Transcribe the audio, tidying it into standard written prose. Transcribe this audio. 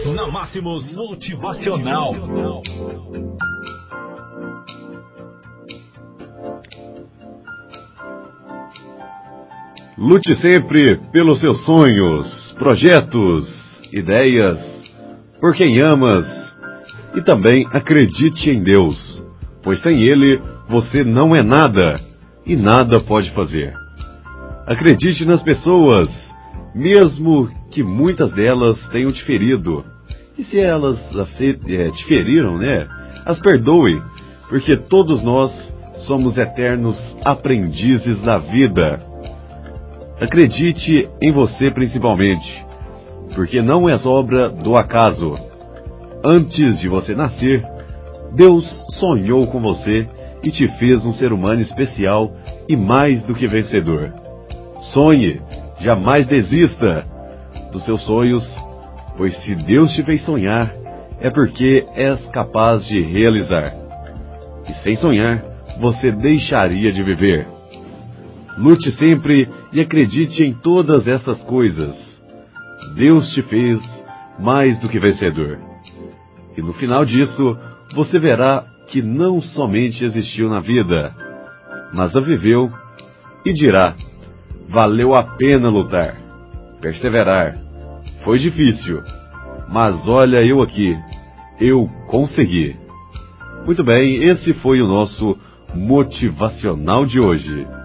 Na Máximos Motivacional. Lute sempre pelos seus sonhos, projetos, ideias, por quem amas e também acredite em Deus, pois sem Ele você não é nada e nada pode fazer. Acredite nas pessoas, mesmo que muitas delas tenham te ferido. E se elas te feriram, as perdoe, porque todos nós somos eternos aprendizes da vida. Acredite em você principalmente, porque não és obra do acaso. Antes de você nascer, Deus sonhou com você e te fez um ser humano especial e mais do que vencedor. Sonhe, jamais desista dos seus sonhos, pois se Deus te fez sonhar, é porque és capaz de realizar. E sem sonhar, você deixaria de viver. Lute sempre e acredite em todas essas coisas. Deus te fez mais do que vencedor. E no final disso, você verá que não somente existiu na vida, mas a viveu e dirá: valeu a pena lutar, perseverar. Foi difícil, mas olha eu aqui, eu consegui. Muito bem, esse foi o nosso motivacional de hoje.